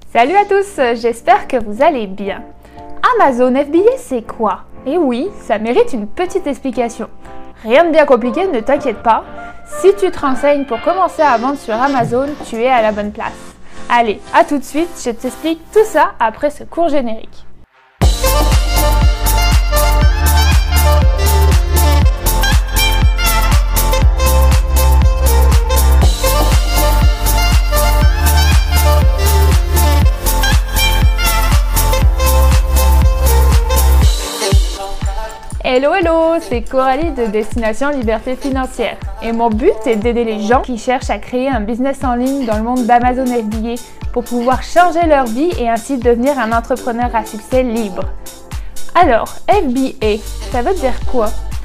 Salut à tous, j'espère que vous allez bien. Amazon FBA, c'est quoi? Et oui, ça mérite une petite explication. Rien de bien compliqué, ne t'inquiète pas. Si tu te renseignes pour commencer à vendre sur Amazon, tu es à la bonne place. Allez, à tout de suite, je t'explique tout ça après ce court générique. Hello hello, c'est Coralie de Destination Liberté Financière et mon but est d'aider les gens qui cherchent à créer un business en ligne dans le monde d'Amazon FBA pour pouvoir changer leur vie et ainsi devenir un entrepreneur à succès libre. Alors, FBA, ça veut dire quoi?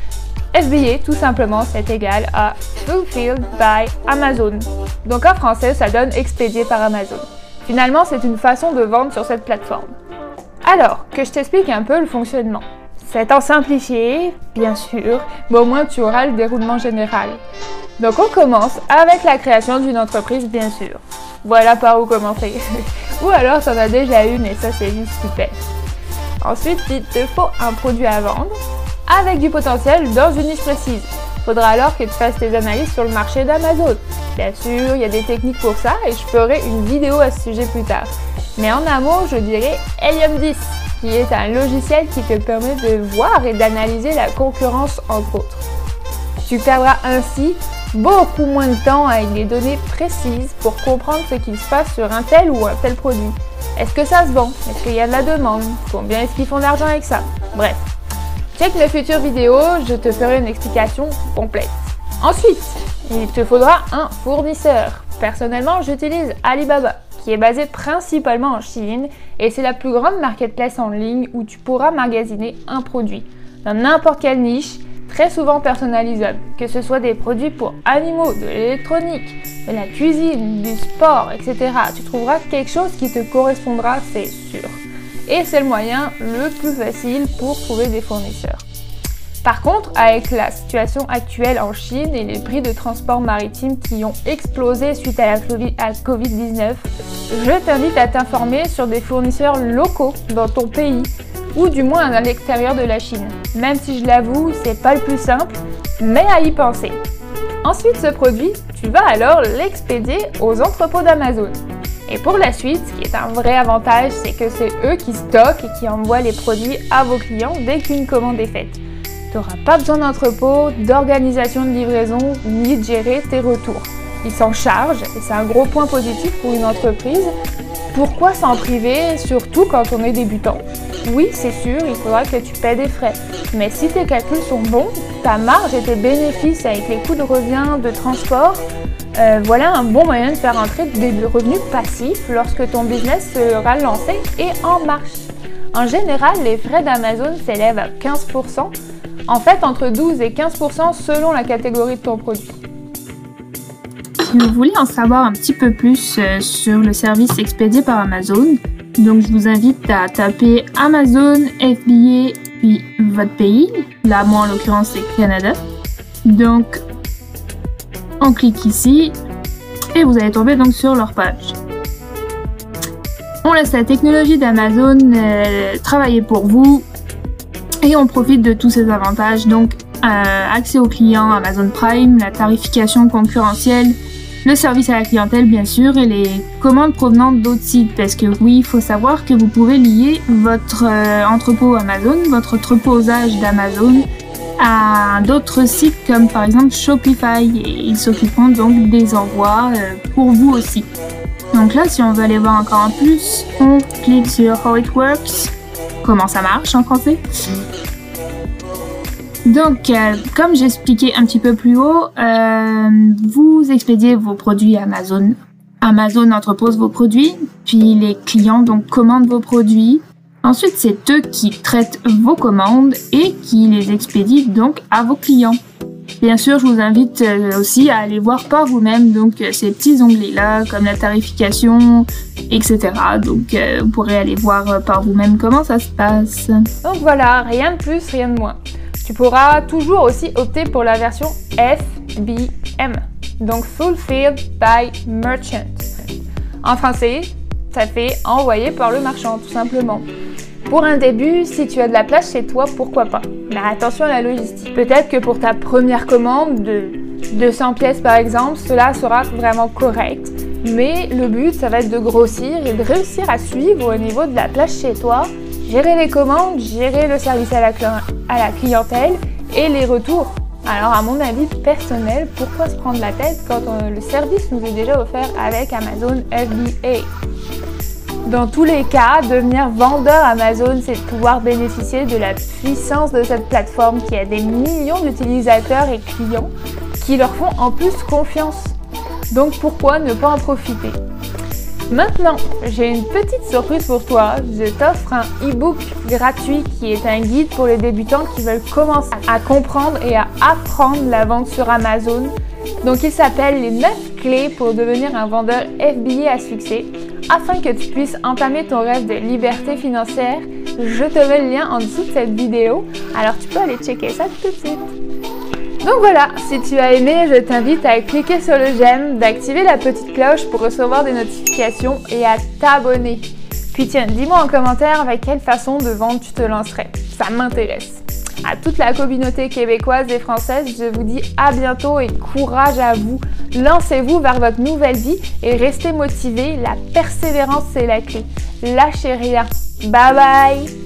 FBA, tout simplement, c'est égal à Fulfilled by Amazon. Donc en français, ça donne expédié par Amazon. Finalement, c'est une façon de vendre sur cette plateforme. Alors, que je t'explique un peu le fonctionnement. C'est en simplifié, bien sûr, mais au moins tu auras le déroulement général. Donc on commence avec la création d'une entreprise, bien sûr. Voilà par où commencer. Ou alors tu en as déjà une et ça c'est juste super. Ensuite, il te faut un produit à vendre avec du potentiel dans une niche précise. Faudra alors que tu fasses tes analyses sur le marché d'Amazon. Bien sûr, il y a des techniques pour ça et je ferai une vidéo à ce sujet plus tard. Mais en un mot, je dirais Helium 10. Qui est un logiciel qui te permet de voir et d'analyser la concurrence entre autres. Tu perdras ainsi beaucoup moins de temps avec des données précises pour comprendre ce qu'il se passe sur un tel ou un tel produit. Est-ce que ça se vend? Est-ce qu'il y a de la demande? Combien est-ce qu'ils font d'argent avec ça? Bref, check mes futures vidéos, je te ferai une explication complète. Ensuite, il te faudra un fournisseur. Personnellement, j'utilise Alibaba, qui est basé principalement en Chine et c'est la plus grande marketplace en ligne où tu pourras magasiner un produit dans n'importe quelle niche, très souvent personnalisable, que ce soit des produits pour animaux, de l'électronique, de la cuisine, du sport, etc. Tu trouveras quelque chose qui te correspondra, c'est sûr. Et c'est le moyen le plus facile pour trouver des fournisseurs. Par contre, avec la situation actuelle en Chine et les prix de transport maritime qui ont explosé suite à la Covid-19, je t'invite à t'informer sur des fournisseurs locaux dans ton pays ou du moins à l'extérieur de la Chine. Même si je l'avoue, c'est pas le plus simple, mais à y penser. Ensuite, ce produit, tu vas alors l'expédier aux entrepôts d'Amazon. Et pour la suite, ce qui est un vrai avantage, c'est que c'est eux qui stockent et qui envoient les produits à vos clients dès qu'une commande est faite. Tu n'auras pas besoin d'entrepôt, d'organisation de livraison, ni de gérer tes retours. Ils s'en chargent et c'est un gros point positif pour une entreprise. Pourquoi s'en priver, surtout quand on est débutant? Oui, c'est sûr, il faudra que tu paies des frais. Mais si tes calculs sont bons, ta marge et tes bénéfices avec les coûts de revient, de transport, voilà un bon moyen de faire entrer des revenus passifs lorsque ton business sera lancé et en marche. En général, les frais d'Amazon s'élèvent à 15%. En fait, entre 12 et 15% selon la catégorie de ton produit. Si vous voulez en savoir un petit peu plus sur le service expédié par Amazon, donc je vous invite à taper Amazon FBA puis votre pays. Là, moi en l'occurrence, c'est Canada. Donc, on clique ici et vous allez tomber donc sur leur page. On laisse la technologie d'Amazon travailler pour vous. Et on profite de tous ces avantages, donc accès aux clients Amazon Prime, la tarification concurrentielle, le service à la clientèle bien sûr et les commandes provenant d'autres sites. Parce que oui, il faut savoir que vous pouvez lier votre entrepôt Amazon, votre entreposage d'Amazon à d'autres sites comme par exemple Shopify et ils s'occuperont donc des envois pour vous aussi. Donc là, si on veut aller voir encore un plus, on clique sur How It Works. Comment ça marche en français. Donc, comme j'expliquais un petit peu plus haut, vous expédiez vos produits à Amazon. Amazon entrepose vos produits, puis les clients donc commandent vos produits. Ensuite, c'est eux qui traitent vos commandes et qui les expédient donc à vos clients. Bien sûr, je vous invite aussi à aller voir par vous-même donc ces petits onglets-là, comme la tarification, etc. Donc, vous pourrez aller voir par vous-même comment ça se passe. Donc voilà, rien de plus, rien de moins. Tu pourras toujours aussi opter pour la version FBM, donc Fulfilled by Merchant. En français, ça fait envoyer par le marchand tout simplement. Pour un début, si tu as de la place chez toi, pourquoi pas. Mais attention à la logistique. Peut-être que pour ta première commande de 200 pièces par exemple, cela sera vraiment correct. Mais le but, ça va être de grossir et de réussir à suivre au niveau de la place chez toi, gérer les commandes, gérer le service à la clientèle et les retours. Alors à mon avis personnel, pourquoi se prendre la tête quand le service nous est déjà offert avec Amazon FBA? Dans tous les cas, devenir vendeur Amazon, c'est de pouvoir bénéficier de la puissance de cette plateforme qui a des millions d'utilisateurs et clients qui leur font en plus confiance. Donc pourquoi ne pas en profiter? Maintenant, j'ai une petite surprise pour toi. Je t'offre un e-book gratuit qui est un guide pour les débutants qui veulent commencer à comprendre et à apprendre la vente sur Amazon. Donc il s'appelle les 9 clés pour devenir un vendeur FBA à succès. Afin que tu puisses entamer ton rêve de liberté financière, je te mets le lien en dessous de cette vidéo. Alors tu peux aller checker ça tout de suite. Donc voilà, si tu as aimé, je t'invite à cliquer sur le j'aime, d'activer la petite cloche pour recevoir des notifications et à t'abonner. Puis tiens, dis-moi en commentaire avec quelle façon de vente tu te lancerais. Ça m'intéresse. À toute la communauté québécoise et française, je vous dis à bientôt et courage à vous. Lancez-vous vers votre nouvelle vie et restez motivés. La persévérance, c'est la clé. Lâchez rien. Bye bye!